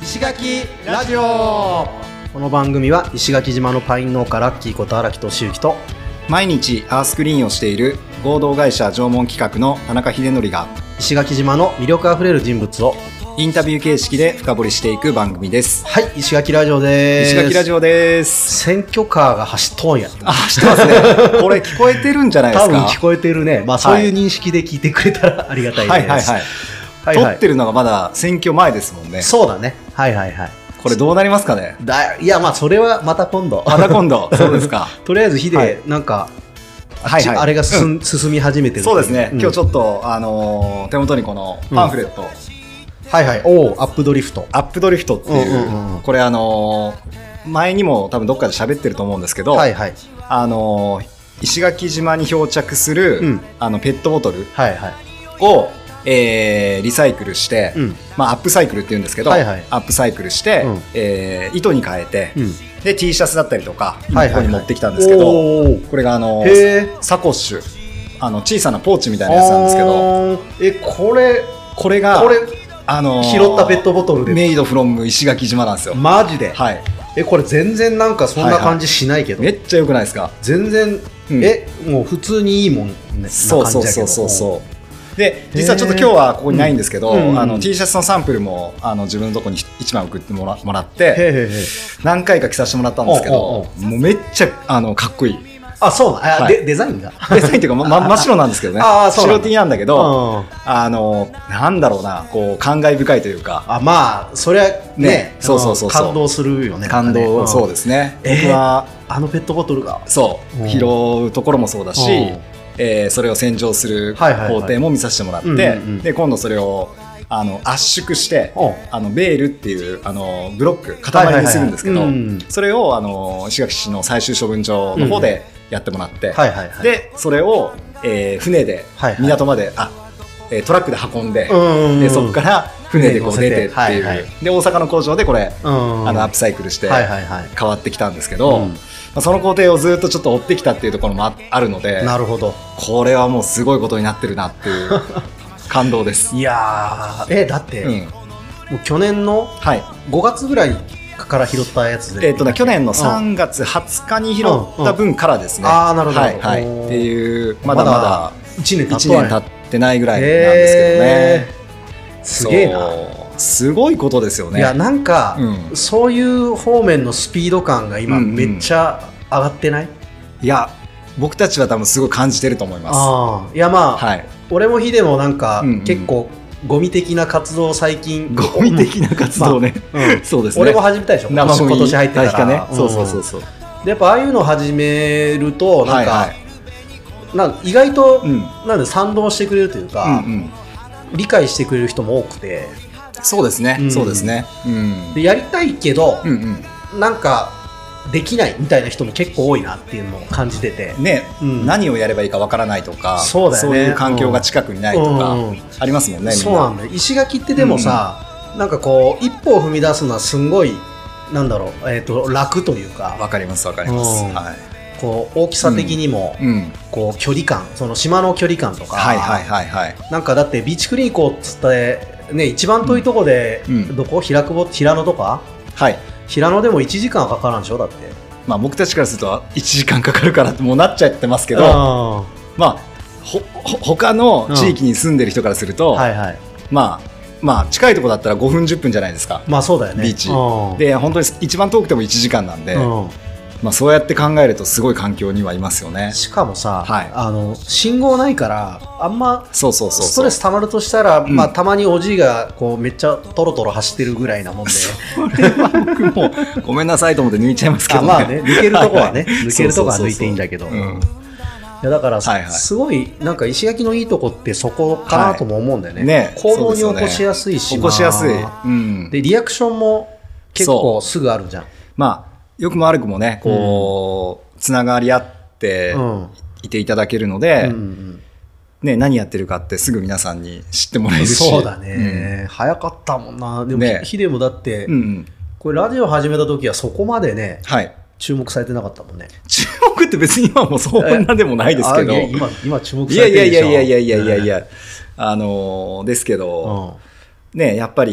石垣ラジオ。この番組は石垣島のパイン農家ラッキーこと荒木俊之と毎日アースクリーンをしている合同会社縄文企画の田中秀則が石垣島の魅力あふれる人物をインタビュー形式で深掘りしていく番組です。 はい、石垣ラジオです。 石垣ラジオです。 選挙カーが走っとんや。 走ってますね。これ聞こえてるんじゃないですか。 多分聞こえてるね。まあそういう認識で聞いてくれたらありがたいです。 はいはいはい。撮ってるのがまだ選挙前ですもんね。 そうだね。はいはいはい。 これどうなりますかね。 いやまあそれはまた今度。 また今度。そうですか。 とりあえずヒデ、なんかあれが進み始めてる。 そうですね。今日ちょっと手元にこのパンフレット。 はいはい。おお、アップドリフト。 アップドリフトっていう、これ前にも多分どっかで喋ってると思うんですけど、はいはい。石垣島に漂着する、ペットボトルを、リサイクルして、まあアップサイクルって言うんですけど、アップサイクルして、糸に変えて、で T シャツだったりとか今ここに持ってきたんですけど、これがサコッシュ、小さなポーチみたいなやつなんですけど、これが拾ったペットボトルでメイドフロム石垣島なんですよ。 マジで。 はい。 これ全然なんかそんな感じしないけど、 めっちゃ良くないですか。 全然、もう普通にいいもんね。 そうで、実はちょっと今日はここにないんですけど、T シャツのサンプルも自分のとこに1枚送ってもらって何回か着させてもらったんですけど、もうめっちゃかっこいい。 あ、そうなの。デザインがデザインっていうか真っ白なんですけどね。白 T なんだけど、なんだろうな、こう感慨深いというか。 まあそれはね、 そう感動するよね。 感動、そうですね。僕はペットボトルがそう拾うところもそうだし、それを洗浄する工程も見させてもらって、で今度それを圧縮してベールっていうブロック塊にするんですけど、それを石垣市の最終処分場の方でやってもらって、でそれを船で港までトラックで運んで、でそこから船でこう出てっていう、で大阪の工場でこれアップサイクルして変わってきたんですけど、その工程をずっとちょっと追ってきたっていうところもあるので、 なるほど、 これはもうすごいことになってるなっていう感動です。 いやだって、もう去年の5月ぐらいから拾ったやつで、 去年の3月20日に拾った分からですね。 なるほど、 っていう、まだまだ 1年経ってないぐらいなんですけどね。 すげえな。 すごいことですよね。 いやなんか、そういう方面のスピード感が今めっちゃ上がってない？ いや僕たちは多分すごい感じてると思います。 いやまあ、俺もヒデもなんか、結構ゴミ的な活動を最近。 ゴミ的な活動ね。そうですね。 俺も始めたでしょ。今年入ってからね。 そうでやっぱああいうのを始めるとなんか意外となんで賛同してくれるというか、理解してくれる人も多くて。 そうですね。そうですね。 でやりたいけど、なんかできないみたいな人も結構多いなっていうのを感じててね、何をやればいいかわからないとか、 そういう環境が近くにないとかありますもんね。 そうなんだよ。石垣ってでもさ、なんかこう一歩を踏み出すのはすんごいなんだろう、楽というか。 わかりますわかります。 こう大きさ的にも、こう距離感、その島の距離感とか、なんかだってビーチクリーン行こうっつってね、一番遠いとこで、どこ平野とか、平野でも1時間はかからんでしょ。だってまあ僕たちからすると1時間かかるからってもうなっちゃってますけど、まあ他の地域に住んでる人からすると、まあ近いとこだったら5分10分じゃないですか。 まあそうだよね。 ビーチで本当に一番遠くても1時間なんで、まあそうやって考えるとすごい環境にはいますよね。 しかもさ、信号ないからあんまストレス溜まるとしたら、たまにおじいがこうめっちゃトロトロ走ってるぐらいなもんで、それは僕もごめんなさいと思って抜いちゃいますけどね。 まあね、抜けるとこはね、抜けるとこは抜いていいんだけど、いやだからすごいなんか石垣のいいとこってそこかなとも思うんだよね。行動に起こしやすいし、 起こしやすい。 でリアクションも結構すぐあるじゃん。 まあよくも悪くもね、こうつながり合っていていただけるので、何やってるかってすぐ皆さんに知ってもらえるし。 そうだね、早かったもんな。でもヒデもだって、これラジオ始めた時はそこまでね、注目されてなかったもんね。 注目って別に今もそんなでもないですけど、 今注目されてるでしょ。 いやですけど、ね、やっぱり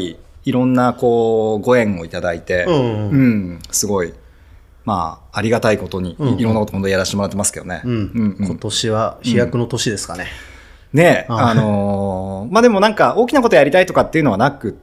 いろんなこうご縁をいただいて、すごいまあありがたいことにいろんなこと本当にやらせてもらってますけどね。 今年は飛躍の年ですかね。 ね、まあでもなんか大きなことやりたいとかっていうのはなくって、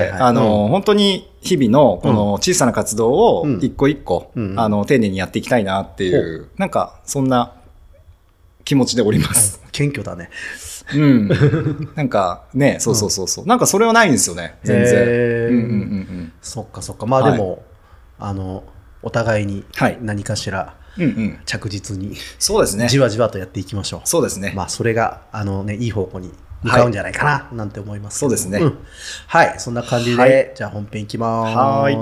本当に日々のこの小さな活動を一個一個、丁寧にやっていきたいなっていう、なんかそんな気持ちでおります。 謙虚だね。 なんかね、そう。なんかそれはないんですよね、全然。 そっかそっか。まあでも、お互いに何かしら、着実にそうですね、 じわじわとやっていきましょう。 そうですね。 まあそれがいい方向に向かうんじゃないかななんて思います。 そうですね。 はい、そんな感じでじゃあ本編いきます。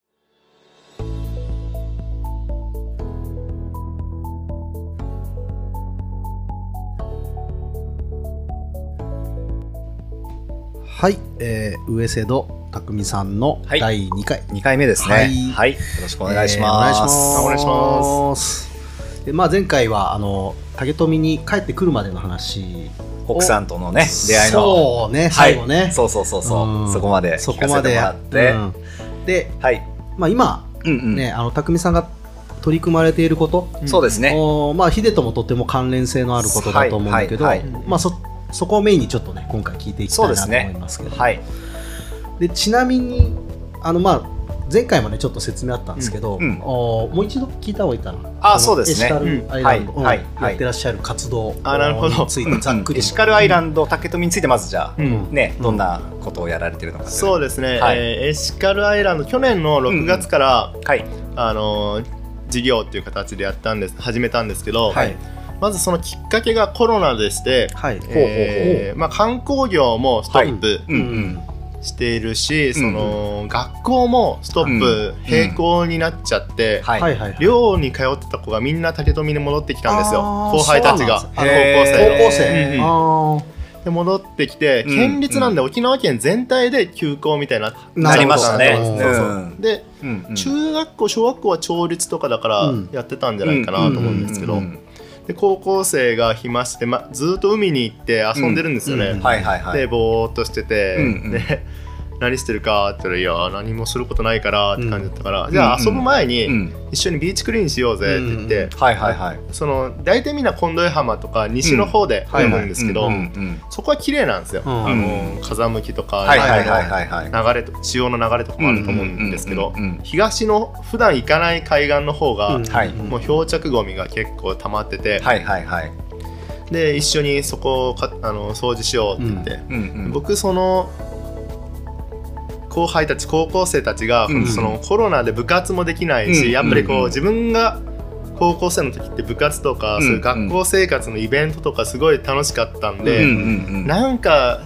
はい、上瀬戸匠さんの第2回、 2回目ですね。はい、よろしくお願いします。 お願いします。まあ前回は竹富に帰ってくるまでの話、 奥さんとのね出会いの、 そうね、最後ね、 そう、そこまで聞かせてもらって、 で、まあ今ね匠さんが取り組まれていること、 そうですね。 まあ秀ともとても関連性のあることだと思うんだけど、まあそこをメインにちょっとね今回聞いていきたいなと思いますけど、でちなみにまあ前回もねちょっと説明あったんですけど、もう一度聞いた方がいいかな。 そうですね。 エシカルアイランドやってらっしゃる活動についてざっくり。 エシカルアイランド竹富についてまずじゃあね、どんなことをやられてるのか。 そうですね。エシカルアイランド去年の6月から事業っていう形で始めたんですけど。まずそのきっかけがコロナでして、まあ観光業もストップしているし、その学校もストップ並行になっちゃって、寮に通ってた子がみんな竹富に戻ってきたんですよ。後輩たちが高校生で戻ってきて、県立なんで沖縄県全体で休校みたいになりましたね。で、中学校小学校は町立とかだからやってたんじゃないかなと思うんですけど。で高校生が暇して、ずっと海に行って遊んでるんですよね。でぼーっとしてて、で何してるかって言ったら、いや何もすることないからって感じだったから、じゃあ遊ぶ前に一緒にビーチクリーンしようぜって言って、その大体みんな近土浜とか西の方で泳ぐんですけど、そこは綺麗なんですよ。風向きとか流れと潮の流れとかもあると思うんですけど、東の普段行かない海岸の方がもう漂着ゴミが結構溜まってて、で一緒にそこを掃除しようって言って、僕その後輩たち高校生たちがそのコロナで部活もできないし、やっぱりこう自分が高校生の時って部活とかそういう学校生活のイベントとかすごい楽しかったんで、なんか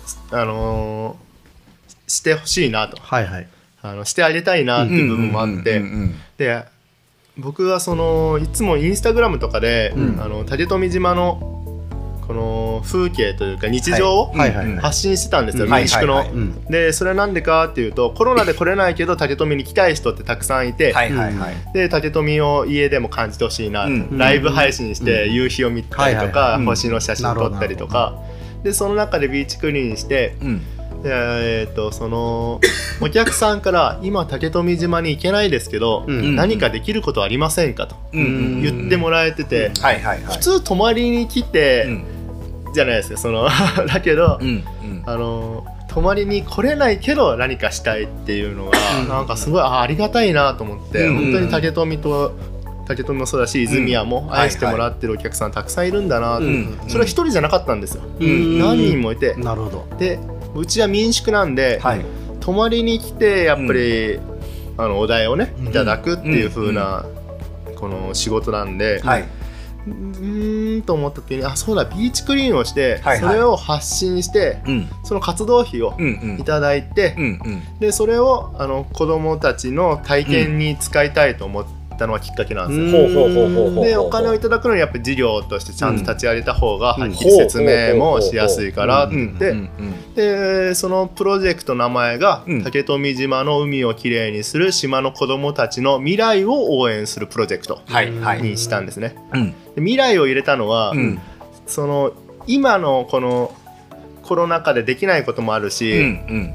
してほしいなと、してあげたいなっていう部分もあって、で僕はそのいつもインスタグラムとかで竹富島のこの風景というか日常を発信してたんですよ、民宿の。でそれはなんでかっていうと、コロナで来れないけど竹富に来たい人ってたくさんいて、で竹富を家でも感じてほしいな、ライブ配信して夕日を見たりとか、星の写真撮ったりとかで、その中でビーチクリーンして、そのお客さんから今竹富島に行けないですけど、何かできることありませんかと言ってもらえてて、普通泊まりに来て、じゃないですかそのだけど、泊まりに来れないけど何かしたいっていうのが、なんかすごいありがたいなと思って、本当に竹富もそうだし泉屋も愛してもらってるお客さんたくさんいるんだなと、それは一人じゃなかったんですよ、何人もいて。 なるほど。 でうちは民宿なんで、泊まりに来てやっぱり、お題をねいただくっていう風なこの仕事なんで、と思った時に、そうだビーチクリーンをして、それを発信して、その活動費をいただいて、でそれを子どもたちの体験に使いたいと思ったのがきっかけなんですよ。でお金をいただくのにやっぱり事業としてちゃんと立ち上げた方がはっきり説明もしやすいからって言って、でそのプロジェクトの名前が竹富島の海をきれいにする島の子どもたちの未来を応援するプロジェクトにしたんですね。で未来を入れたのは、その今のこのコロナ禍でできないこともあるし、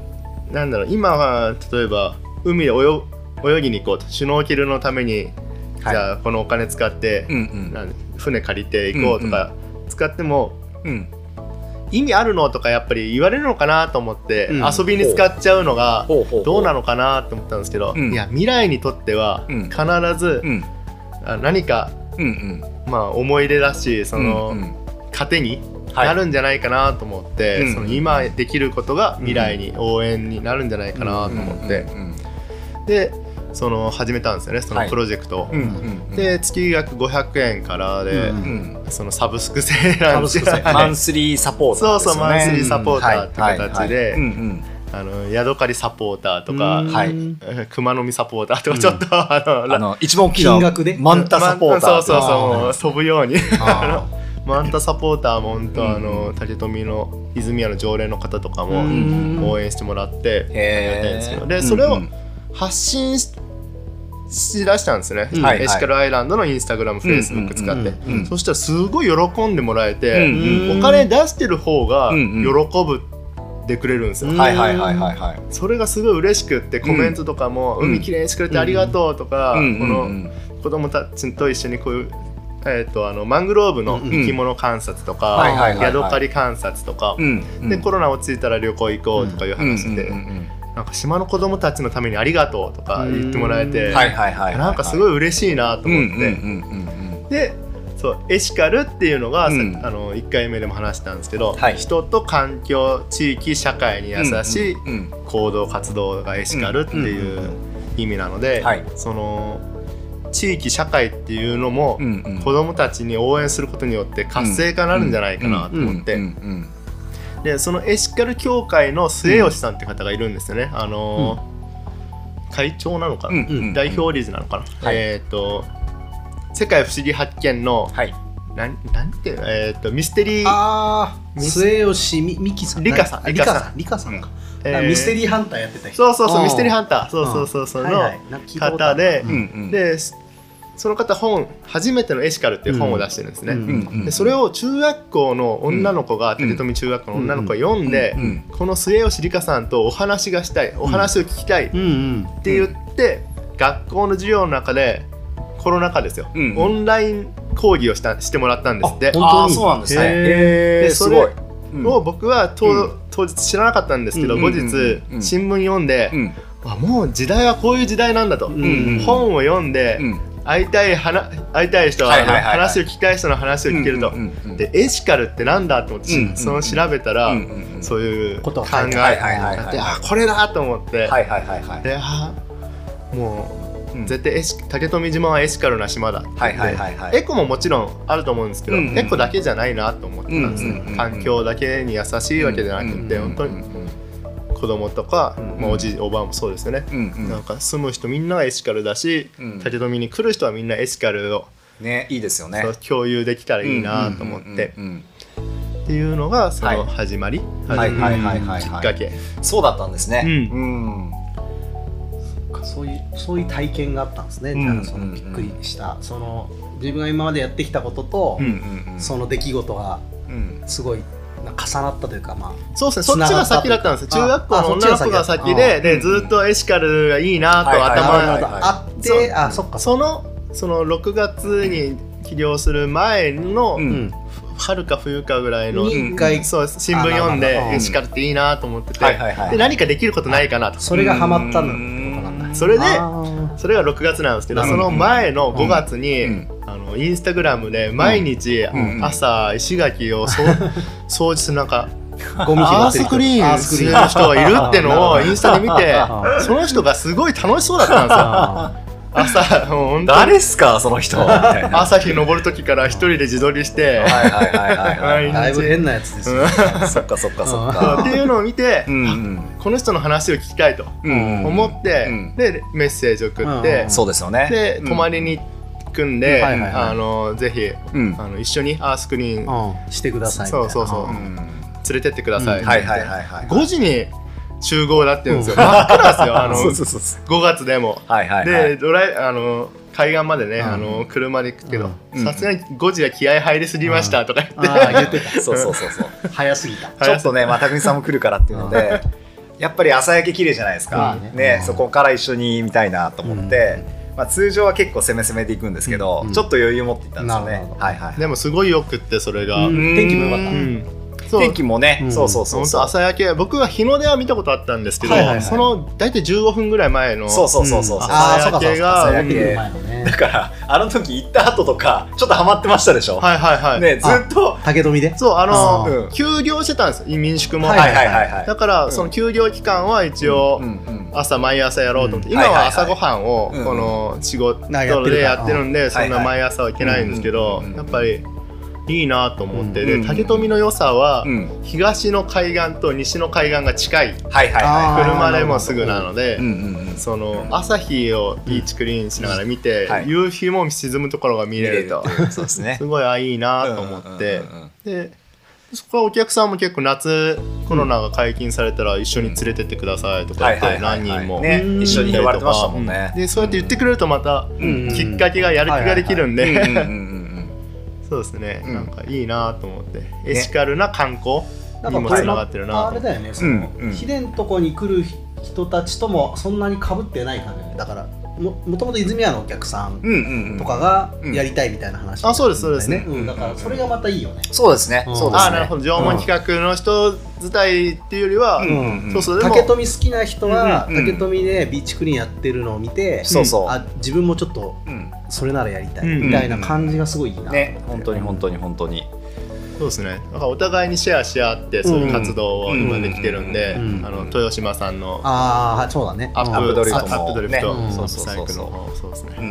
なんだろう、今は例えば海で泳ぎに行こうと、シュノーケルのために、じゃあこのお金使って、船借りて行こうとか使っても、意味あるのとかやっぱり言われるのかなと思って、遊びに使っちゃうのがどうなのかなと思ったんですけど、いや未来にとっては必ず何か、まあ思い出だし、その糧になるんじゃないかなと思って、その今できることが未来に応援になるんじゃないかなと思って、でその始めたんですよね、そのプロジェクトを。で月額500円からで、そのサブスク制なんですよ。 マンスリーサポーターですよね。 そうそう、マンスリーサポーターって形で、ヤドカリサポーターとか、熊の実サポーターとか、ちょっと一番大きな金額でマンタサポーター、 そうそうそう、飛ぶようにマンタサポーターも本当竹富の泉屋の常連の方とかも応援してもらってやってるんですけど、でそれを発信しだしたんですね、エシカルアイランドのインスタグラム、フェイスブック使って、そしたらすごい喜んでもらえて、お金出してる方が喜ぶってくれるんですよ。それがすごい嬉しくって、コメントとかも、海きれいにしてくれてありがとうとか、この子供たちと一緒にこういうマングローブの生き物観察とか、ヤドカリ観察とか、でコロナ落ち着いたら旅行行こうとかいう話で、なんか島の子供たちのためにありがとうとか言ってもらえて、なんかすごい嬉しいなと思って、でそうエシカルっていうのが、1回目でも話したんですけど、人と環境、地域、社会に優しい行動活動がエシカルっていう意味なので、その地域社会っていうのも子どもたちに応援することによって活性化になるんじゃないかなと思って、でそのエシカル協会の末吉さんって方がいるんですよね。会長なのかな、代表理事なのかな、世界不思議発見の、なんていうミステリー、 末吉美希さん、リカさんか、ミステリーハンターやってた人。 そう、ミステリーハンター、そうの方で、でその方初めてのエシカルっていう本を出してるんですね。でそれを中学校の女の子が、竹富中学校の女の子が読んで、この末吉理香さんとお話がしたい、お話を聞きたいって言って、学校の授業の中でコロナ禍ですよ、オンライン講義をしてもらったんですって。 そうなんですね。 でそれを僕は当日知らなかったんですけど、後日新聞読んで、もう時代はこういう時代なんだと、本を読んで、会いたい人は話を聞きたい人の話を聞けると。でエシカルってなんだと思って、その調べたら、そういう考えがあって、これだと思って、でもう絶対竹富島はエシカルな島だって、エコももちろんあると思うんですけど、エコだけじゃないなと思ってたんですね。環境だけに優しいわけじゃなくて、本当に子供とか、おじおばあもそうですよね、なんか住む人みんながエシカルだし、竹富に来る人はみんなエシカルをいいですよね、 共有できたらいいなと思ってっていうのがその始まり、きっかけ。 そうだったんですね。 そういう体験があったんですね。じゃあそのびっくりしたその自分が今までやってきたことと、その出来事がすごい重なったというか、 そうですね、そっちが先だったんですよ。中学校の女の子が先で、ずっとエシカルがいいなと頭にあって、その6月に起業する前の春か冬かぐらいの新聞読んでエシカルっていいなと思ってて、で何かできることないかなと。 それがハマったんだ。 それが6月なんですけど、その前の5月にインスタグラムで毎日朝石垣を掃除するなんかゴミアースクリーンする人がいるってのをインスタで見て、その人がすごい楽しそうだったんですよ。朝誰っすかその人朝日昇る時から一人で自撮りしてだいぶ変なやつですよ。 そっかっていうのを見て、この人の話を聞きたいと思って、でメッセージを送って、 そうですよね。 で泊まりに行くんで、ぜひ一緒にアースクリーンしてください。そう連れてってください。5時に集合だって言うんですよ。真っ暗ですよ。5月でも。で海岸までね、車で行くけど、さすがに5時は気合入りすぎましたとか言ってそう早すぎた。 ちょっとね、匠さんも来るからっていうのでやっぱり朝焼け綺麗じゃないですか、ね、そこから一緒に見たいなと思って、通常は結構攻めでいくんですけど、ちょっと余裕持っていったんですよね。 でもすごいよくって、それが天気も良かった。 天気もね、そう本当朝焼け、僕は日の出は見たことあったんですけど、その大体15分ぐらい前の朝焼けが、 だからあの時行った後とかちょっとハマってましたでしょ。ね、ずっと竹富で、 そう休業してたんですよ、民宿も。だからその休業期間は一応毎朝やろうと思って、今は朝ごはんをこの仕事でやってるんで、そんな毎朝はいけないんですけど、やっぱりいいなと思って、で竹富の良さは東の海岸と西の海岸が近い、車でもすぐなので、その朝日をビーチクリーンしながら見て、夕日も沈むところが見れると、すごいいいなと思って、でそこはお客さんも結構夏コロナが解禁されたら一緒に連れてってくださいとか言って何人も一緒に呼ばれてましたもんね。 でそうやって言ってくれるとまたきっかけがやる気ができるんで、そうですね、なんかいいなと思って、エシカルな観光にもつながってるな。 あれだよね、そのヒデのとこに来る人たちともそんなに被ってない感じだから、もともと泉屋のお客さんとかがやりたいみたいな話、 あ、そうですそうですね。だからそれがまたいいよね。 そうですね。 あ、なるほど。縄文企画の人伝いっていうよりは、 竹富好きな人は竹富でビーチクリーンやってるのを見て、あ、自分もちょっとそれならやりたいみたいな感じがすごいいいな。 ね、本当に本当に本当に。 そうですね。だからお互いにシェアし合ってそういう活動を今できてるんで、豊島さんのそうだね、 アップドリフト、 そうですね。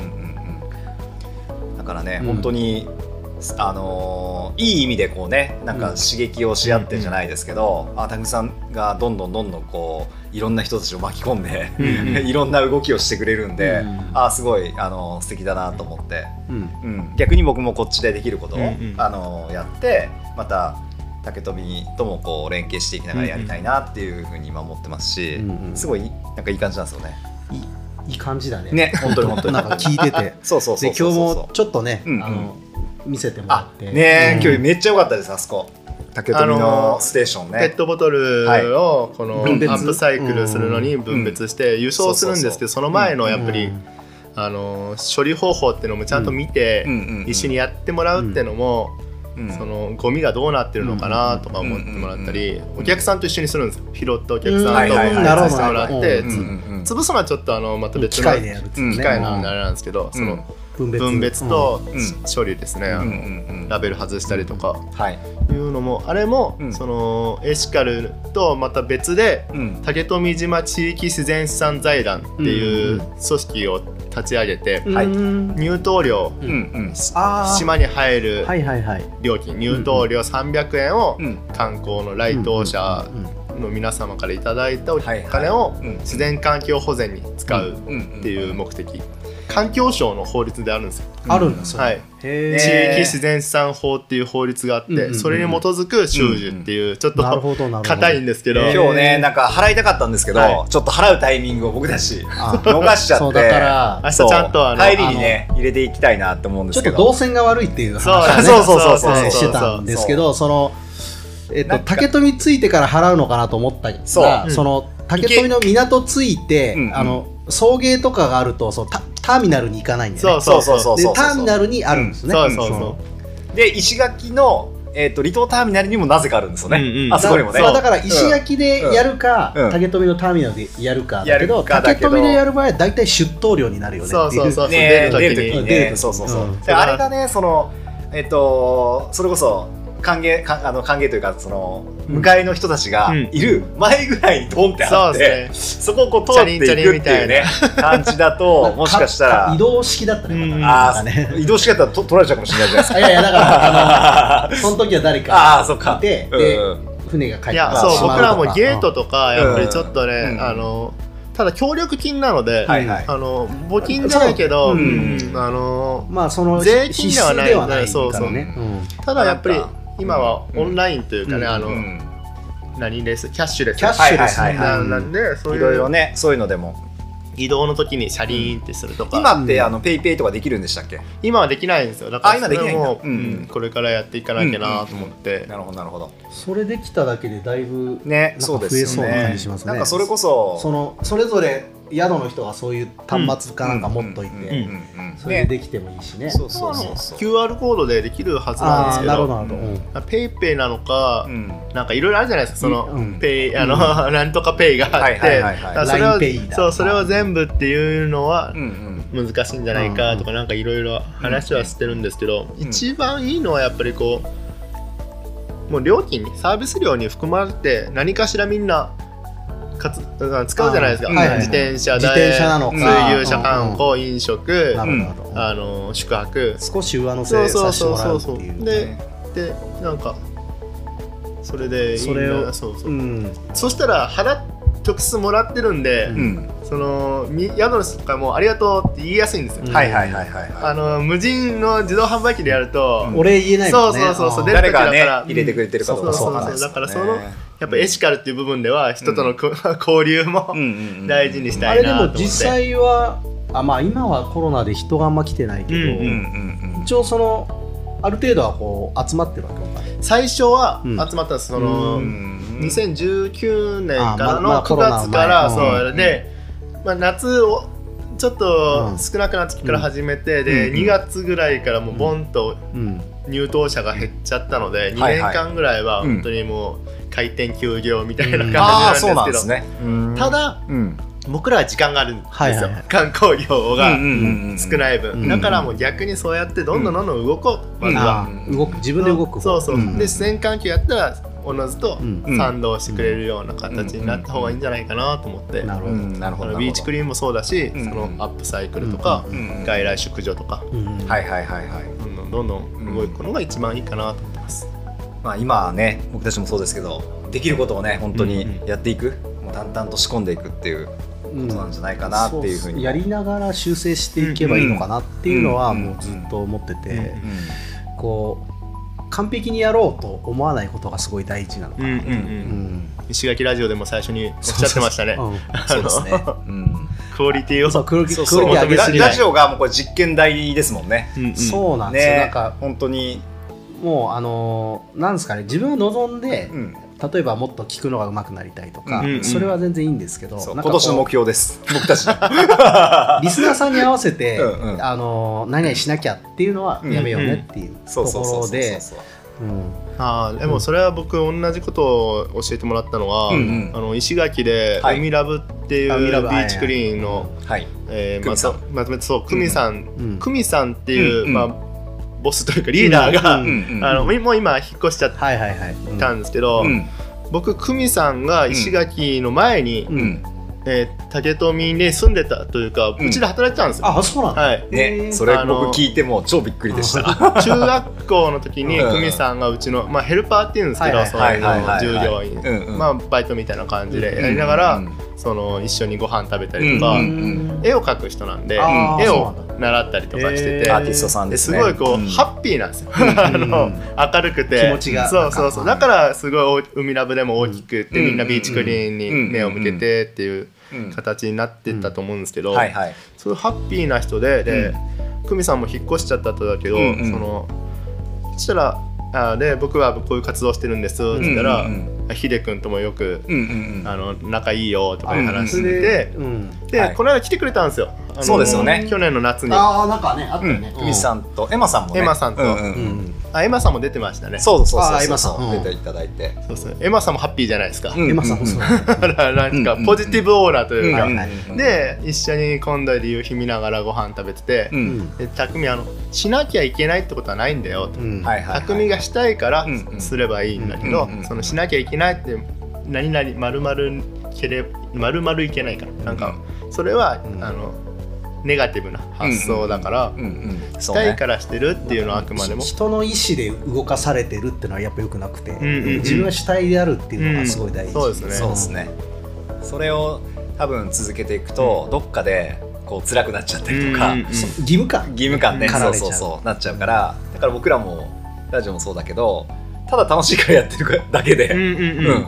だからね、本当にいい意味でこうね、なんか刺激をし合ってじゃないですけど、田口さんがどんどんこういろんな人たちを巻き込んでいろんな動きをしてくれるんで、すごい素敵だなと思って、逆に僕もこっちでできることをやって、また竹富ともこう連携していきながらやりたいなっていうふうに今思ってますし、すごいなんかいい感じなんですよね。 いい感じだね。 ね、本当に本当になんか聞いてて、で今日もちょっとね、見せてもらってね、今日めっちゃ良かったです。あそこ竹富のステーションね、 ペットボトルをこのアップサイクルするのに分別して輸送するんですけど、その前のやっぱり処理方法っていうのもちゃんと見て一緒にやってもらうっていうのも、そのゴミがどうなってるのかなとか思ってもらったり、お客さんと一緒にするんですよ。拾ったお客さんと分別してもらって、潰すのはちょっとまた別の機械なんであれなんですけど、その分別と処理ですね、ラベル外したりとかいうのも、あれもそのエシカルとまた別で竹富島地域自然資産財団っていう組織を立ち上げて、入島料、島に入る料金、入島料300円を観光の来島者の皆様からいただいたお金を自然環境保全に使うっていう目的、環境省の法律であるんですよ。 あるんですよ。 地域自然資産法っていう法律があって、それに基づく収受っていう、ちょっと硬いんですけど、 今日ね、なんか払いたかったんですけど、ちょっと払うタイミングを僕たち逃しちゃって、 だから明日ちゃんと帰りにね入れていきたいなと思うんですけど、 ちょっと動線が悪いっていう話をねしてたんですけど、その竹富ついてから払うのかなと思ったら、その竹富の港ついて送迎とかがあるとターミナルに行かないんだよね。でターミナルにあるんですね。 で石垣の離島ターミナルにもなぜかあるんですよね。あそこにもね。 だから石垣でやるか竹富のターミナルでやるかだけど、竹富でやる場合はだいたい出島料になるよね。 出る時にね。あれがね、そのそれこそ歓迎というか、その迎えの人たちがいる前ぐらいにドンってあって、そこをこう通っていくっていうね感じだと、もしかしたら移動式だったね。 移動式だったら取られちゃうかもしれないじゃないですか。 いやだからその時は誰かいて、で船が帰って、 そう僕らもゲートとかやっぱりちょっとね、ただ協力金なので、募金じゃないけど、 まあその税金ではないからね。 ただやっぱり今はオンラインというかね、何レスキャッシュレスなんで、そういういろいろね、そういうのでも移動の時にシャリーンってするとか、 今ってペイペイとかできるんでしたっけ？ 今はできないんですよ。だから今できないんだ。 これからやっていかなきゃなと思って。 なるほどなるほど。 それできただけでだいぶね、 増えそうな感じしますね。 なんかそれこそそれぞれ宿の人がそういう端末かなんか持っといて、それでできてもいいしね。 そう QR コードでできるはずなんですけど、 なるほど。 ペイペイなのか、なんかいろいろあるじゃないですか。そのペイなんとかペイがあって、それを全部っていうのは難しいんじゃないかとか、なんかいろいろ話はしてるんですけど、一番いいのはやっぱりこうもう料金にサービス料に含まれて何かしらみんな使うじゃないですか。自転車代、水牛車観光、飲食、宿泊、 少し上乗せさせてもらうっていう。 でなんかそれでいいな。そしたら直接もらってるんで、その宿の人からもありがとうって言いやすいんですよ。無人の自動販売機でやるとお礼言えないもんね。 そう誰がね入れてくれてるかとか。 だからそのやっぱエシカルっていう部分では人との交流も大事にしたいなと思って。 あれでも実際は今はコロナで人があんま来てないけど、一応そのある程度はこう集まってるわけ。 最初は集まったんです。その2019年からの9月からそうで、夏をちょっと少なくなってきてから始めて、で2月ぐらいからもうボンと入島者が減っちゃったので、2年間ぐらいは本当にもう開店休業みたいな感じなんですけど、ただ僕らは時間があるんですよ。観光業が少ない分、だからもう逆にそうやってどんどん動こう。まずは自分で動く。 で自然環境やったらおのずと賛同してくれるような形になった方がいいんじゃないかなと思って。 なるほど。 ビーチクリーンもそうだし、そのアップサイクルとか外来宿女とかどんどん動くのが一番いいかなと思ってます。 今ね、僕たちもそうですけど、できることをね本当にやっていく、もう淡々と仕込んでいくっていうことなんじゃないかなっていうふうに、 やりながら修正していけばいいのかなっていうのはもうずっと思ってて、こう完璧にやろうと思わないことがすごい大事なのかな。 石垣ラジオでも最初におっしゃってましたね。 そうですね。 クオリティをクオリティ上げすぎない。 ラジオがもうこれ実験台ですもんね。 そうなんですよ。なんか本当にもうなんですかね、自分を望んで例えばもっと聞くのが上手くなりたいとか、それは全然いいんですけど、 今年の目標です僕たちリスナーさんに合わせて何々しなきゃっていうのはやめようねっていうところで、 でもそれは僕同じことを教えてもらったのは、石垣で海ラブっていうビーチクリーンのまとめて、久美さんっていうボスというかリーダーがもう今引っ越しちゃったんですけど、僕久美さんが石垣の前に竹富に住んでたというか、うちで働いてたんですよ。 あ、そうなんだ。 それ僕聞いても超びっくりでした。 中学校の時に久美さんがうちのヘルパーっていうんですけど、そういうの従業員バイトみたいな感じでやりながら一緒にご飯食べたりとか、絵を描く人なんで絵を習ったりとかしてて、 アーティストさんですね。 すごいこうハッピーなんですよ。明るくて気持ちがそうだからすごい海ラブでも大きくってみんなビーチクリーンに目を向けてっていう形になってったと思うんですけど、そういうハッピーな人で久美さんも引っ越しちゃったとだけど、そしたらで僕はこういう活動してるんですって言ったら、ヒデ君ともよく仲いいよとかいう話してて、でこの間来てくれたんですよ。 そうですよね。 去年の夏に。 なんかねあったね。 久美さんとエマさんもね。 エマさんとエマさんも出てましたね。 そうエマさん出ていただいて。 エマさんもハッピーじゃないですか。 エマさんもそう。 なんかポジティブオーラというかで一緒に今度で夕日見ながらご飯食べてて、匠しなきゃいけないってことはないんだよと。匠がしたいからすればいいんだけど、そのしなきゃいけないって何々丸々いけないからなんかそれはネガティブな発想だからしたいからしてるっていうのはあくまでも人の意思で動かされてるっていうのはやっぱ良くなくて、自分は主体であるっていうのがすごい大事。 そうですね。それを多分続けていくとどっかでこう辛くなっちゃったりとか、 義務感ね、そうなっちゃうから、だから僕らもラジオもそうだけど、ただ楽しいからやってるだけで、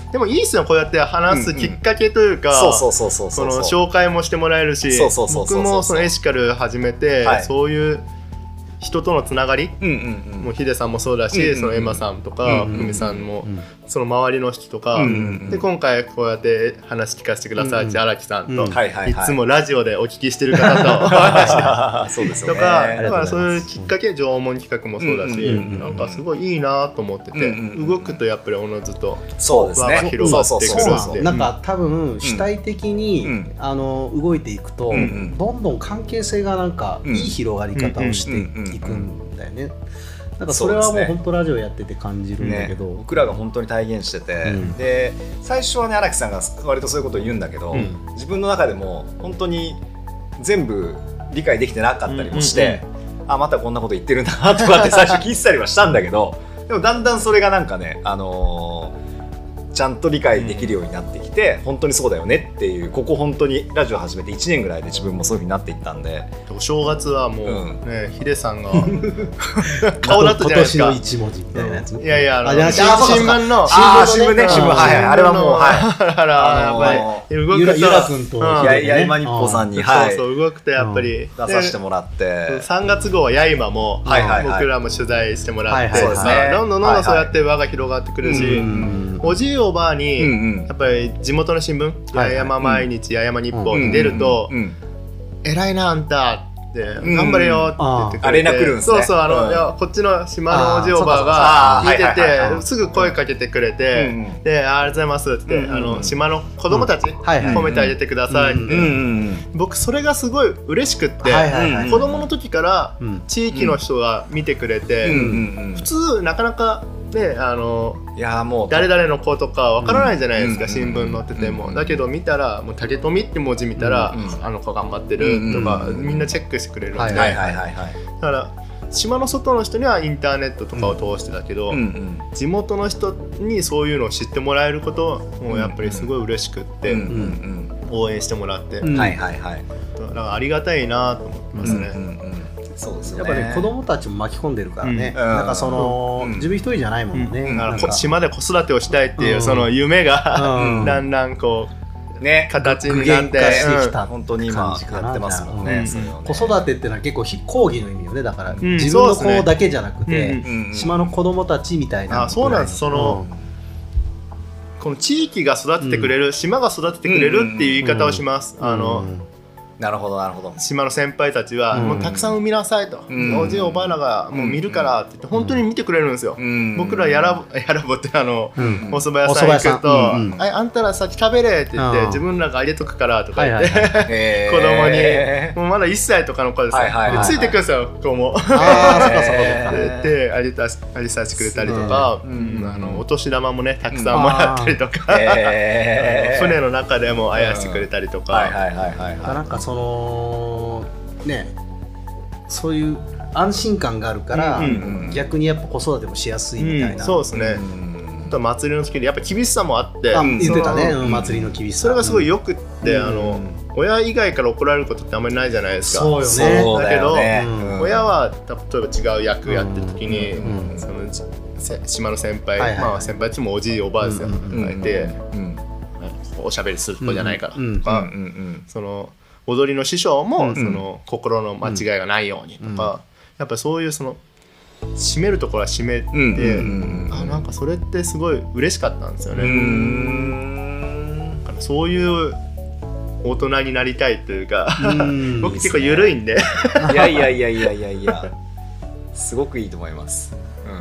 でもいいっすよ、こうやって話すきっかけというか、その紹介もしてもらえるし、僕もそのエシカル始めて、そういう人とのつながり、もうヒデさんもそうだし、そのエマさんとかふみさんも、その周りの人とか、で今回こうやって話聞かせてくださいって荒木さんと、いつもラジオでお聞きしてる方とお話してとか、だからそういうきっかけ、縄文企画もそうだし、なんかすごいいいなと思ってて、動くとやっぱりおのずと輪が広がってくるんで、 なんか多分主体的に動いていくと、どんどん関係性がなんかいい広がり方をしていくんだよね。なんかそれはもう本当ラジオやってて感じるんだけど、 僕らが本当に体現してて、で最初はね荒木さんが割とそういうことを言うんだけど、自分の中でも本当に全部理解できてなかったりもして、あまたこんなこと言ってるんだなとかって最初聞いてたりはしたんだけど、でもだんだんそれがなんかね、ちゃんと理解できるようになってきて、本当にそうだよねっていう、ここ本当にラジオ始めて1年ぐらいで自分もそういう風になっていったんで、 お正月はもうね、ヒデさんが顔だったじゃないですか、 今年の一文字みたいなやつ。 いやいや、 新聞の新聞ね、あれはもうだからやっぱり動くとゆらくんとやいま日報さんにそう動くとやっぱり出させてもらって、 3月号はやいまも僕らも取材してもらって、どんどんそうやって輪が広がってくるし、おじいおばあにやっぱり地元の新聞、八重山毎日、八重山日報に出ると、偉いなあんたって頑張れよって言ってくれて、 連絡来るんですね。 そういやこっちの島のおじいおばあが見ててすぐ声かけてくれて、でありがとうございますって島の子供たち褒めてあげてくださいって、僕それがすごい嬉しくって、子供の時から地域の人が見てくれて、普通なかなかね、いやもう誰々の子とかわからないじゃないですか、新聞載ってても。だけど見たらもう竹富って文字見たら、あの子頑張ってるとか、みんなチェックしてくれるんで、だから島の外の人にはインターネットとかを通してたけど、地元の人にそういうのを知ってもらえることもやっぱりすごい嬉しくって、応援してもらって、だからありがたいなと思ってますね。 そうですね、 やっぱね子供たちも巻き込んでるからね、なんかその、自分一人じゃないもんね、 島で子育てをしたいっていうその夢が、だんだんこうね形になってしてきた本当に今やってますもんね。 子育てっていうのは結構講義の意味よね。だから自分の子だけじゃなくて、島の子供たちみたいな。 そうなんです。そのこの地域が育ててくれる、島が育ててくれるっていう言い方をします。 なるほどなるほど。 島の先輩たちは、もうたくさん産みなさいと、おじいおばあらがもう見るからって言って本当に見てくれるんですよ。僕らやらぼってお蕎麦屋さん行くと、あんたら先食べれって言って自分らがあげとくからとか言って子供にもうまだ1歳とかの子ですよ、ついてくるんですよ子も。であげさせてくれたりとか、お年玉もねたくさんもらったりとか、船の中でもあやしてくれたりとか。 なんかそのね、そういう安心感があるから、逆にやっぱ子育てもしやすいみたいな。 そうですね。あと祭りの時にやっぱ厳しさもあって、 言ってたね、祭りの厳しさ。 それがすごいよくって、親以外から怒られることってあんまりないじゃないですか。 そうよね。 だけど親は例えば違う役やってる時に、その島の先輩、先輩たちもおじいおばあですよ、いておしゃべりする子じゃないからとか、その踊りの師匠もその心の間違いがないようにとか、やっぱりそういうその締めるところは締めて、なんかそれってすごい嬉しかったんですよね。だからそういう大人になりたいというか僕結構緩いんでいやすごくいいと思います。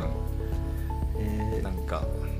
なんか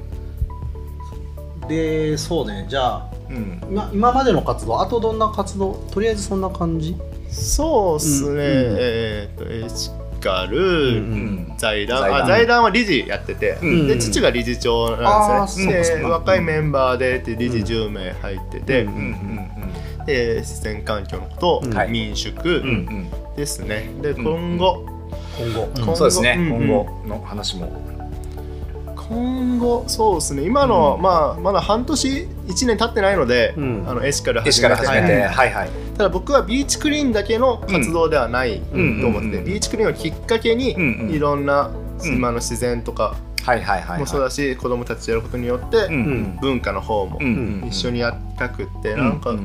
でそうね、じゃあ今までの活動、あとどんな活動、とりあえずそんな感じ。 そうですね、エシカル、財団は理事やってて、で父が理事長なんですね。で若いメンバーで理事10名入ってて、で自然環境のこと、民宿ですね。で今後そうですね、今後の話も。 今後そうですね、今の、まだ半年1年経ってないので、エシカル始めて、ただ僕はビーチクリーンだけの活動ではないと思って、ビーチクリーンをきっかけに、いろんな島の自然とかもそうだし、子供たちやることによって文化の方も一緒にやりたくって、なんか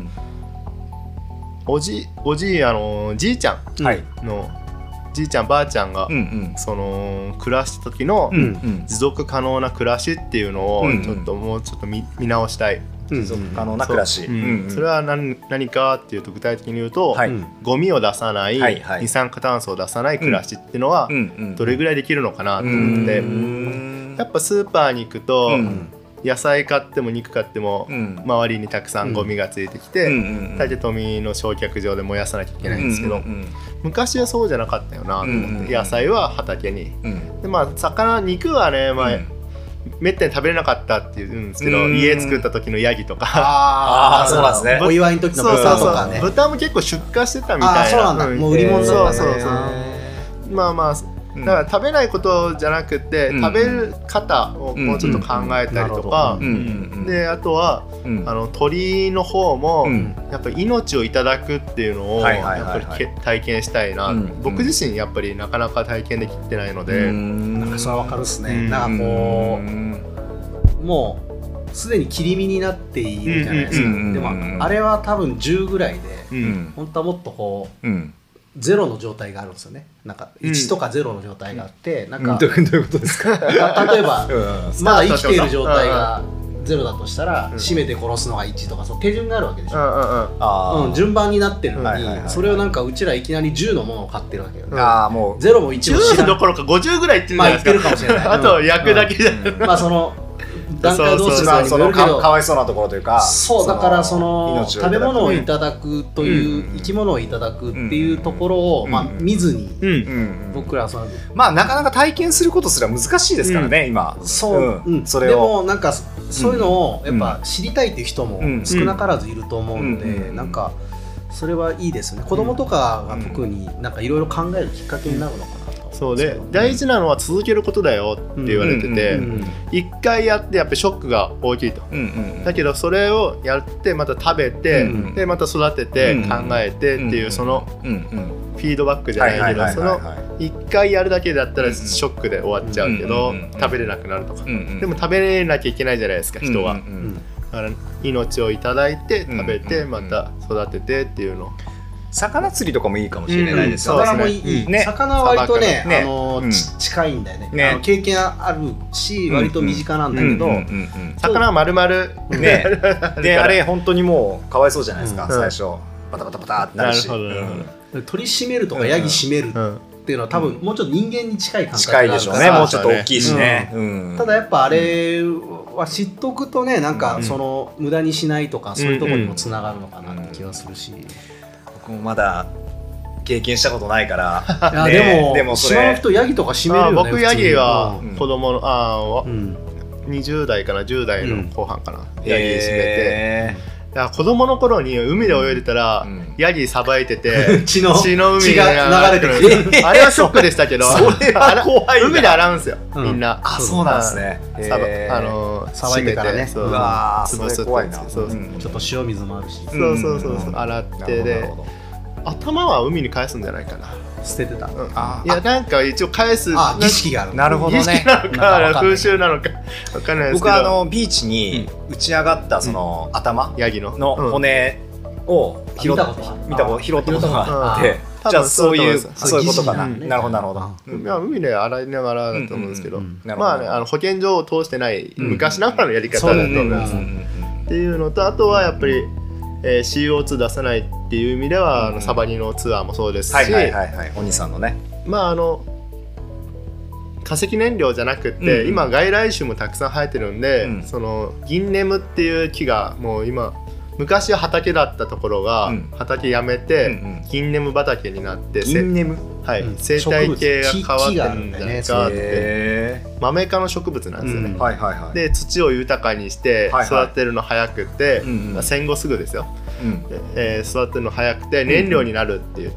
じいちゃんのじいちゃんばあちゃんがその暮らした時の持続可能な暮らしっていうのをちょっともうちょっと見直したい。 持続可能な暮らし、 それは何かっていうと、具体的に言うと、ゴミを出さない、二酸化炭素を出さない暮らしっていうのはどれぐらいできるのかなと思って、やっぱスーパーに行くと野菜買っても肉買っても周りにたくさんゴミがついてきて、大抵ゴミの焼却場で燃やさなきゃいけないんですけど、昔はそうじゃなかったよなと思って、野菜は畑に、で魚肉はね、めったに食べれなかったっていうんですけど、家作った時のヤギとか、 そうなんですね。お祝いの時の豚とかね。 豚も結構出荷してたみたいな。 そうなんだ。もう売り物だったね。 だから食べないことじゃなくて、食べる方をもうちょっと考えたりとか、であとは鳥の方もやっぱり命をいただくっていうのをやっぱり体験したいな。僕自身やっぱりなかなか体験できてないので、 なんかそれは分かるっすね。なんかこうもうすでに切り身になっているじゃないですか。でもあれは多分10ぐらいで、本当はもっとこうゼロの状態があるんですよね。なんか1とか0の状態があって、なんかどういうことですか？ 例えばまだ生きている状態が0だとしたら、締めて殺すのが1とか、そう手順があるわけでしょ。順番になってるのに、それをなんかうちらいきなり10のものを買ってるわけよ。もう0も1も 10どころか50ぐらいいってるじゃないですか。 言ってるかもしれない。 あと焼くだけじゃその段階同士にもよるけど、 かわいそうなところというか、 そうだからその食べ物をいただくという生き物をいただくっていうところを見ずに、僕らはなかなか体験することすら難しいですからね、今。 それでもなんかそういうのをやっぱ知りたいっていう人も少なからずいると思うので、なんかそれはいいですね。子供とかが特になんかいろいろ考えるきっかけになるのかな。 そうで、大事なのは続けることだよって言われてて、一回やってやっぱりショックが大きいと、だけどそれをやってまた食べて、でまた育てて考えてっていう、そのフィードバックじゃないけど、その一回やるだけだったらショックで終わっちゃうけど、食べれなくなるとか、でも食べれなきゃいけないじゃないですか、人は。だから命をいただいて食べてまた育ててっていうの。 魚釣りとかもいいかもしれないですよね。魚もいい。魚は割とね、近いんだよね。経験あるし、割と身近なんだけど、 魚は丸々 ね。で、あれ本当にもうかわいそうじゃないですか、最初バタバタバタってなるし。 鳥締めるとかヤギ締めるっていうのは多分もうちょっと人間に近い感覚があるから。近いでしょうね。もうちょっと大きいしね。 ただやっぱあれは知っとくとね、なんかその無駄にしないとかそういうところにもつながるのかなって気がするし。 僕もまだ経験したことないから。 でも島の人ヤギとか締めるよね。 僕ヤギは子供の20代かな10代の後半かな、ヤギ締めて。子供の頃に海で泳いでたら、ヤギさばいてて血の海が流れてくる。あれはショックでしたけど、海で洗うんですよみんな。 そうなんですね。 さばいてからね、 潰す怖いな。 ちょっと塩水もあるし、 そう洗ってで頭は海に返すんじゃないかな。 捨ててた。 いやなんか一応返す儀式がある。 なるほどね。 儀式なのか風習なのか分かんないですけど、 僕ビーチに打ち上がったその頭ヤギの骨を拾ったことがあって、じゃあそういうことかな。なるほどなるほほど。海で洗いながらだと思うんですけど、保健所を通してない昔ながらのやり方だと思いますっていうのと、あとはやっぱりCO2 出さないっていう意味ではサバニのツアーもそうですし、 お兄さんのね、 化石燃料じゃなくって今外来種もたくさん生えてるんで、そのギンネムっていう木がもう今昔は畑だったところが畑やめてギンネム畑になって、 ギンネム、 生態系が変わってるんじゃないかって。マメ科の植物なんですよね。で土を豊かにして育てるの早くて、戦後すぐですよ。育てるの早くて燃料になるって言って、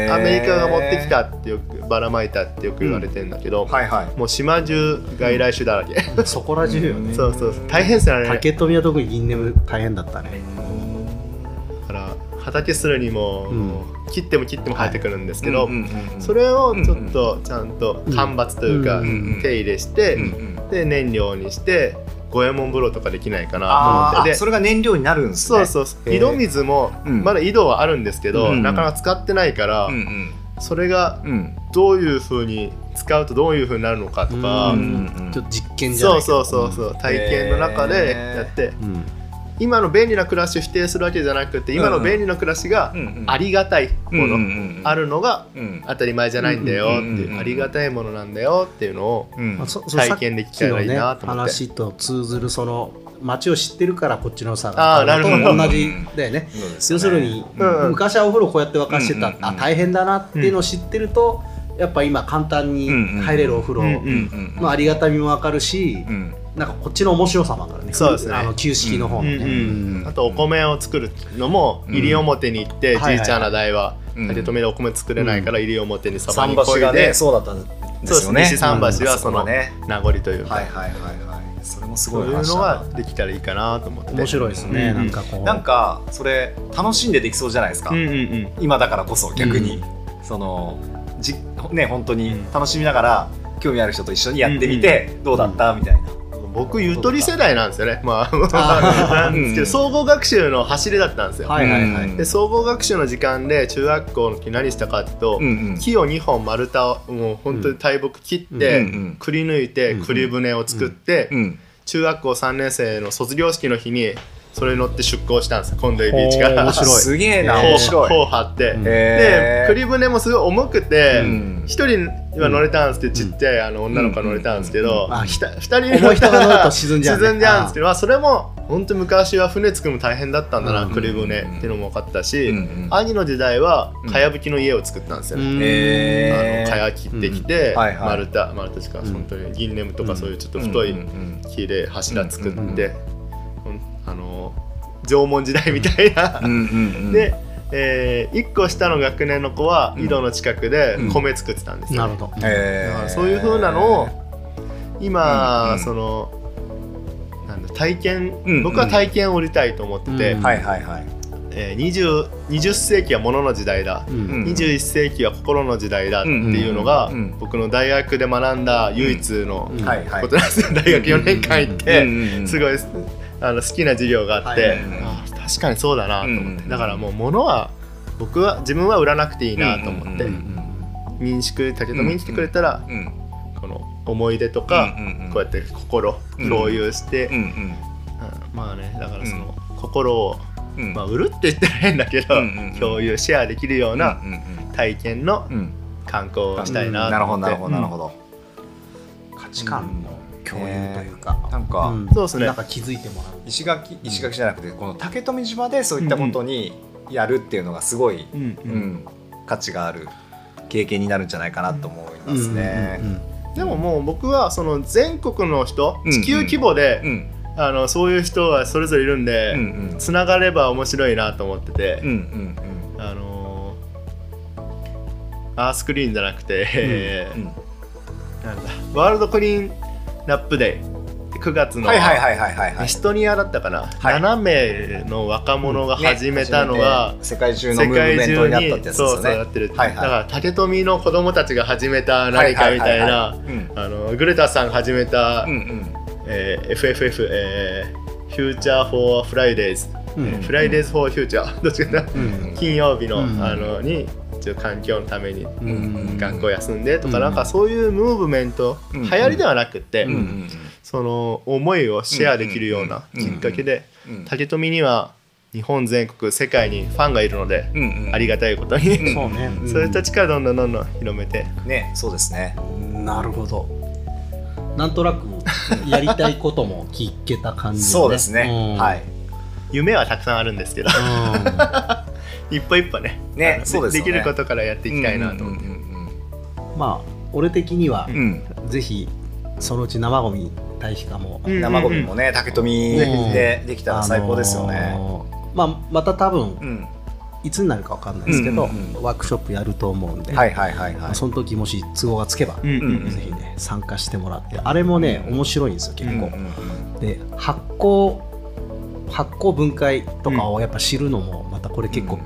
アメリカが持ってきたってよくばらまいたってよく言われてるんだけど、もう島中外来種だらけ。 そこら中よね。 大変ですよね。 竹富は特にギンネム大変だったね。 だから畑するにも、切っても生えてくるんですけど、それをちょっとちゃんと間伐というか手入れして、で燃料にして五右衛門風呂とかできないかなと思って。でそれが燃料になるんですね。 そう井戸水もまだ井戸はあるんですけど、なかなか使ってないから、それがどういう風に使うとどういう風になるのかとか、 ちょっと実験じゃないけど、 そう体験の中でやって、今の便利な暮らしを否定するわけじゃなくて、今の便利な暮らしがありがたいもの、あるのが当たり前じゃないんだよっていう、ありがたいものなんだよっていうのを体験できたらいいなと思って。 話と通ずるその街を知ってるからこっちの差が同じだよね。要するに昔はお風呂こうやって沸かしてた、大変だなっていうのを知ってると、やっぱ今簡単に入れるお風呂のありがたみも分かるし、なんかこっちの面白さも分かるね。 そうですね。 旧式の方のね。 あとお米を作るのも西表に行って、じいちゃんの代は竹富でお米作れないから西表にそばにこいで、 そうだったんですよね。 西桟橋はその名残というか、 それもすごいそういうのができたらいいかなと思って。 面白いですね。 なんかそれ楽しんでできそうじゃないですか。今だからこそ逆にそのね、本当に楽しみながら興味ある人と一緒にやってみてどうだったみたいな。 僕ゆとり世代なんですよね。なんですけど総合学習の走りだったんですよ。で総合学習の時間で中学校の時何したかっていうと、木を2本丸太をもう本当に大木切ってくり抜いて栗船を作って、中学校3年生の卒業式の日にそれに乗って出港したんですよ。コンドイビーチから。 すげえな。 帆を張って、で栗船もすごい重くて一人は乗れたんですけど、ちっちゃい女の子が乗れたんですけど、2人重い人が乗ると沈んじゃうんですけど、それも本当昔は船作るの大変だったんだな、栗船っていうのも分かったし、兄の時代はかやぶきの家を作ったんですよね。かや切ってきて丸太しか本当に銀ネムとかそういうちょっと太い木で柱作って。縄文時代みたいなで、1個下の学年の子は井戸の近くで米作ってたんですよ、ね。なるほど。だからそういう風なのを今、そのなんだ体験、僕は体験を売りたいと思ってて、20世紀は物の時代だ、21世紀は心の時代だっていうのが、僕の大学で学んだ唯一のことなんですよ。大学4年間行ってすごい好きな授業があって、確かにそうだなと思って、だからもう物は自分は売らなくていいなと思って、民宿竹富に来てくれたら、この思い出とかこうやって心共有して、まあね、だからその心を売るって言ったら変だけど、共有シェアできるような体験の観光をしたいなと思って。 なるほど。 価値観の共有というか、 なんかそうですね。 なんか気づいてもらう。 石垣じゃなくてこの竹富島でそういったことにやるっていうのがすごい価値がある経験になるんじゃないかなと思いますね。 でももう僕はその全国の人、地球規模でそういう人がそれぞれいるんで、つながれば面白いなと思ってて、アースクリーンじゃなくて、なんだワールドクリーンラップデー9月のエストニアだったかな、7名の若者が始めたのが世界中のムーブメントになったってやつですよね。 やってる。だから竹富の子供たちが始めた何かみたいな、グレタさんが始めた FFF フューチャーフォーフライデーズ、フライデーズフォーフューチャーどっちかな、金曜日のに環境のために学校休んでとか、なんかそういうムーブメント、流行りではなくて、その思いをシェアできるようなきっかけで、竹富には日本全国世界にファンがいるので、ありがたいことにそういった力どんどん広めてね。そうですね。 なるほど。なんとなくやりたいことも聞けた感じで、ね、 そうですね。はい。 夢はたくさんあるんですけど一歩一歩ね、できることからやっていきたいなと思って、 まあ俺的には、ぜひそのうち生ゴミ堆肥化も、 生ゴミもね竹富でできたら最高ですよね。 また多分、いつになるか分かんないですけど、ワークショップやると思うんで、その時もし都合がつけば、ぜひね参加してもらって、あれもね面白いんですよ結構。で発酵分解とかをやっぱ知るのもまたこれ結構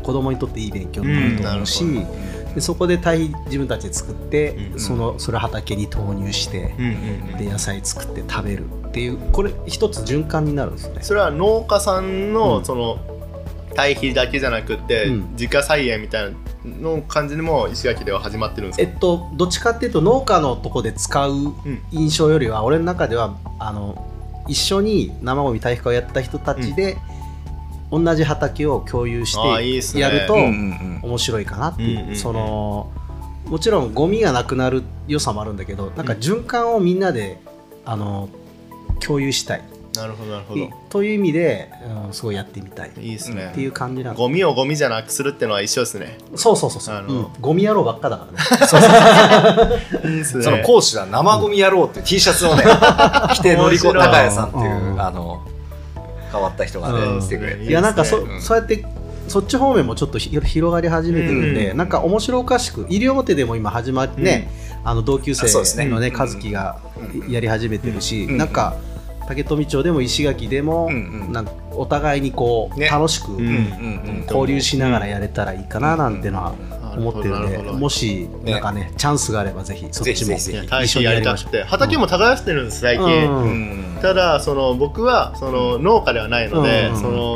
子供にとっていい勉強になると思うし、でそこで自分たちで作って、それ畑に投入して、で野菜作って食べるっていう、これ一つ循環になるんですね。 それは農家さんのその堆肥だけじゃなくて、自家菜園みたいなの感じでも石垣では始まってるんですか？ どっちかっていうと農家のとこで使う印象よりは、俺の中では一緒に生ゴミ堆肥化をやった人たちで、同じ畑を共有してやると面白いかなっていう、もちろんゴミがなくなる良さもあるんだけど、なんか循環をみんなで共有したい。 なるほどなるほど。 という意味で、すごいやってみたい。 いいですね。 っていう感じなんです。 ゴミをゴミじゃなくするっていうのは一緒ですね。 そう、ゴミ野郎ばっかだからね。 いいですね。その講師は生ゴミ野郎って T シャツをね、着てのりこ高谷さんっていう変わった人がねしてくれて。 いやなんかそうやってそっち方面もちょっと広がり始めてるんで、なんか面白おかしく西表でも今始まってね、同級生のね和樹がやり始めてるし、なんか竹富町でも石垣でも、なんかお互いにこう楽しく交流しながらやれたらいいかななんてのは思ってるんで、もしなんかねチャンスがあればぜひそっちも一緒にやりましょう。 畑も耕してるんです最近。ただ僕は農家ではないので、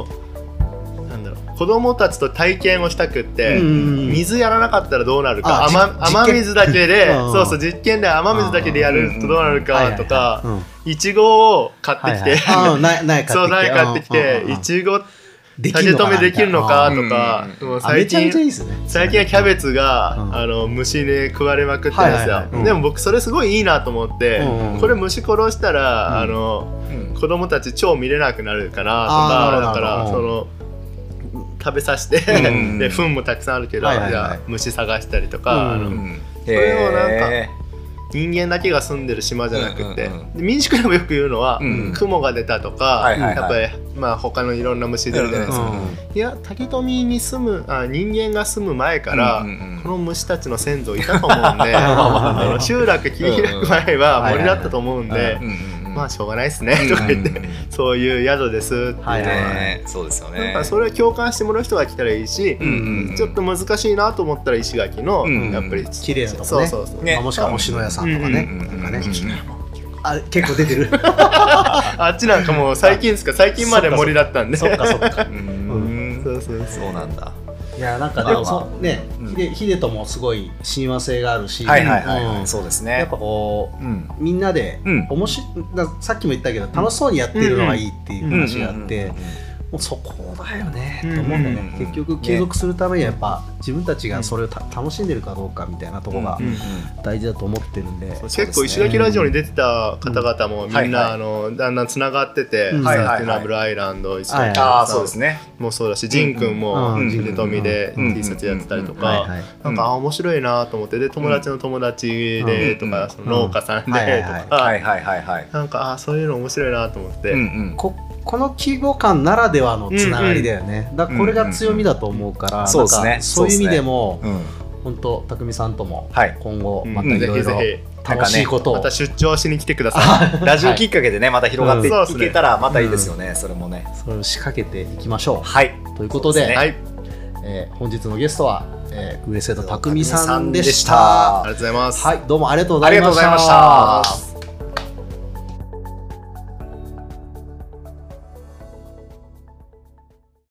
子供たちと体験をしたくって、水やらなかったらどうなるか、雨水だけで実験で雨水だけでやるとどうなるかとか、いちごを買ってきて苗買ってきていちご竹止めできるのかとか、最近はキャベツが虫に食われまくってるんですよ。でも僕それすごいいいなと思って、これ虫殺したら子供たち超見れなくなるかなとか、だから食べさせてで糞もたくさんあるけど、じゃあ虫探したりとか、それをなんか人間だけが住んでる島じゃなくて、民宿でもよく言うのは、雲が出たとか、やっぱり他のいろんな虫出るじゃないですか。いや竹富に住む人間が住む前からこの虫たちの先祖いたと思うんで、集落切り開く前は森だったと思うんで、まあしょうがないですねとか言って、そういう宿ですっていうのは、 そうですよね。 それを共感してもらう人が来たらいいし、ちょっと難しいなと思ったら石垣のやっぱり綺麗なとこね、もしくは星野屋さんとかね、結構出てる。 あっちなんかもう最近ですか、最近まで森だったんで。 そっか。そうなんだ。 いやなんかでもね、秀ともすごい親和性があるし、 そうですね。 やっぱこうみんなでさっきも言ったけど楽しそうにやってるのがいいっていう話があって、もうそこだよねと思うんだよね。結局継続するためにはやっぱ自分たちがそれを楽しんでるかどうかみたいなところが大事だと思ってるんで、 結構石垣ラジオに出てた方々もみんなだんだんつながってて、サステナブルアイランド石垣そうですねもそうだし、仁君も秀富で T シャツやってたりとか、なんか面白いなと思って、で友達の友達でとか農家さんでとか、なんかそういうの面白いなと思って。 この規模感ならではのつながりだよね。だからこれが強みだと思うから、そういう意味でも本当匠さんとも今後またいろいろ楽しいことをまた出張しに来てください。ラジオきっかけでねまた広がっていけたらまたいいですよね。それもね、 それを仕掛けていきましょう。 はい、 ということで本日のゲストは上瀬戸匠さんでした。 ありがとうございます。 はい、どうもありがとうございました。